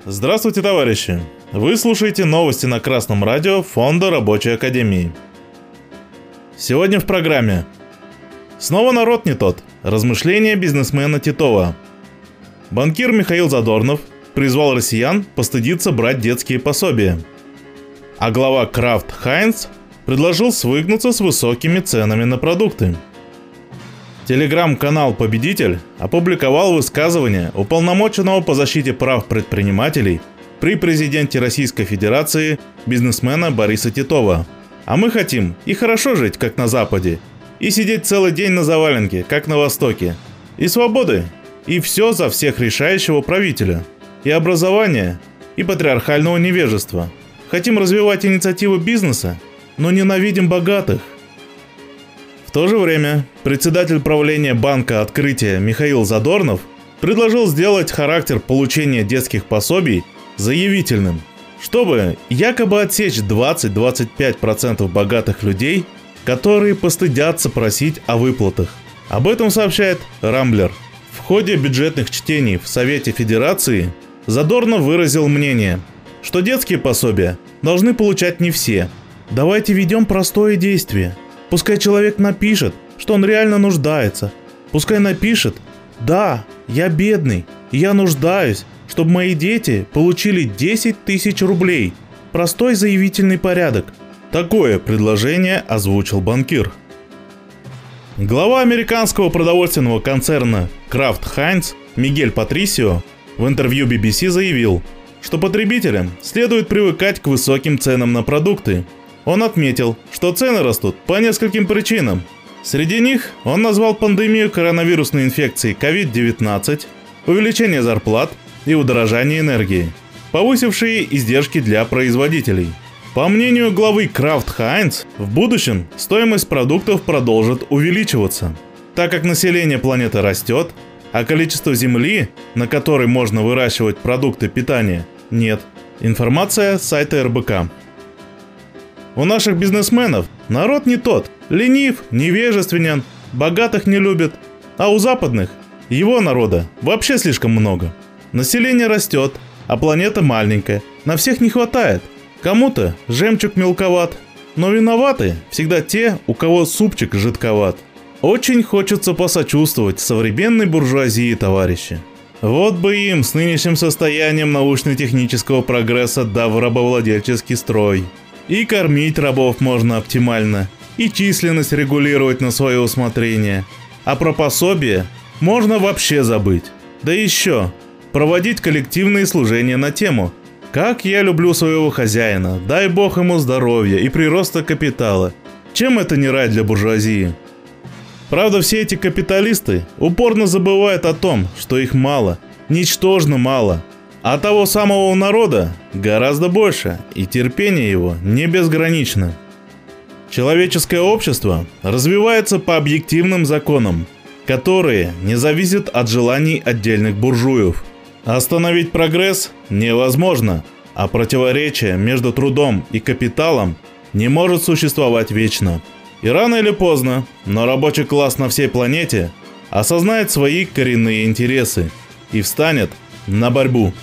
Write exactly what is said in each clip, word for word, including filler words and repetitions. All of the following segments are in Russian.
Здравствуйте, товарищи! Вы слушаете новости на Красном радио Фонда Рабочей Академии. Сегодня в программе: снова народ не тот. Размышления бизнесмена Титова. Банкир Михаил Задорнов призвал россиян постыдиться брать детские пособия. А глава Kraft Heinz предложил свыкнуться с высокими ценами на продукты. Телеграм-канал «Победитель» опубликовал высказывание уполномоченного по защите прав предпринимателей при президенте Российской Федерации бизнесмена Бориса Титова. А мы хотим и хорошо жить, как на Западе, и сидеть целый день на заваленке, как на Востоке, и свободы, и все за всех решающего правителя, и образование, и патриархального невежества. Хотим развивать инициативу бизнеса, но ненавидим богатых. В то же время председатель правления банка «Открытие» Михаил Задорнов предложил сделать характер получения детских пособий заявительным, чтобы якобы отсечь двадцать-двадцать пять процентов богатых людей, которые постыдятся просить о выплатах. Об этом сообщает Рамблер. В ходе бюджетных чтений в Совете Федерации Задорнов выразил мнение, что детские пособия должны получать не все. Давайте ведем простое действие. Пускай человек напишет, что он реально нуждается. Пускай напишет: да, я бедный, я нуждаюсь, чтобы мои дети получили десять тысяч рублей. Простой заявительный порядок. Такое предложение озвучил банкир. Глава американского продовольственного концерна Kraft Heinz Мигель Патрисио в интервью би би си заявил, что потребителям следует привыкать к высоким ценам на продукты. Он отметил, что цены растут по нескольким причинам. Среди них он назвал пандемию коронавирусной инфекции ковид девятнадцать, увеличение зарплат и удорожание энергии, повысившие издержки для производителей. По мнению главы Kraft Heinz, в будущем стоимость продуктов продолжит увеличиваться, так как население планеты растет, а количество земли, на которой можно выращивать продукты питания, нет. Информация с сайта эр бэ ка. У наших бизнесменов народ не тот, ленив, невежественен, богатых не любит, а у западных, его народа, вообще слишком много. Население растет, а планета маленькая, на всех не хватает. Кому-то жемчуг мелковат, но виноваты всегда те, у кого супчик жидковат. Очень хочется посочувствовать современной буржуазии, товарищи. Вот бы им с нынешним состоянием научно-технического прогресса да в рабовладельческий строй. И кормить рабов можно оптимально, и численность регулировать на свое усмотрение. А про пособие можно вообще забыть. Да еще проводить коллективные служения на тему «Как я люблю своего хозяина, дай бог ему здоровья и прироста капитала». Чем это не рай для буржуазии? Правда, все эти капиталисты упорно забывают о том, что их мало, ничтожно мало. А того самого народа гораздо больше, и терпение его не безгранично. Человеческое общество развивается по объективным законам, которые не зависят от желаний отдельных буржуев. Остановить прогресс невозможно, а противоречие между трудом и капиталом не может существовать вечно. И рано или поздно, но рабочий класс на всей планете осознает свои коренные интересы и встанет на борьбу.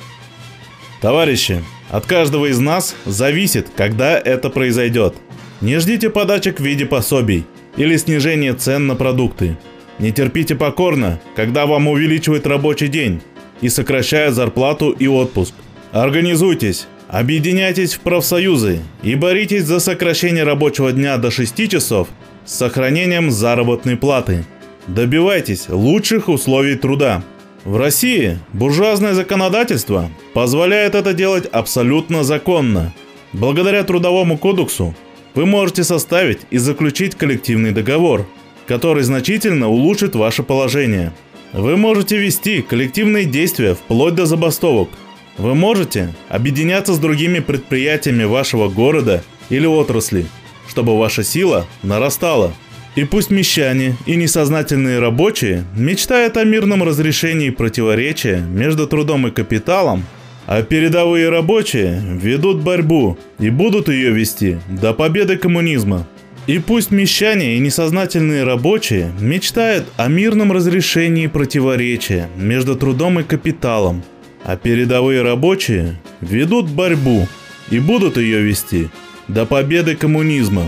Товарищи, от каждого из нас зависит, когда это произойдет. Не ждите подачек в виде пособий или снижения цен на продукты. Не терпите покорно, когда вам увеличивают рабочий день и сокращают зарплату и отпуск. Организуйтесь, объединяйтесь в профсоюзы и боритесь за сокращение рабочего дня до шести часов с сохранением заработной платы. Добивайтесь лучших условий труда. В России буржуазное законодательство позволяет это делать абсолютно законно. Благодаря Трудовому кодексу вы можете составить и заключить коллективный договор, который значительно улучшит ваше положение. Вы можете вести коллективные действия вплоть до забастовок. Вы можете объединяться с другими предприятиями вашего города или отрасли, чтобы ваша сила нарастала. И пусть мещане и несознательные рабочие мечтают о мирном разрешении противоречия между трудом и капиталом, а передовые рабочие ведут борьбу и будут ее вести до победы коммунизма. И пусть мещане и несознательные рабочие мечтают о мирном разрешении противоречия между трудом и капиталом, А передовые рабочие ведут борьбу и будут ее вести до победы коммунизма.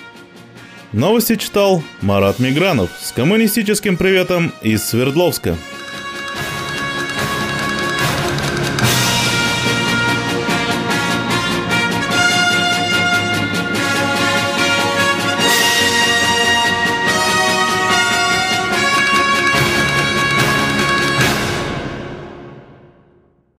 Новости читал Марат Мигранов с коммунистическим приветом из Свердловска.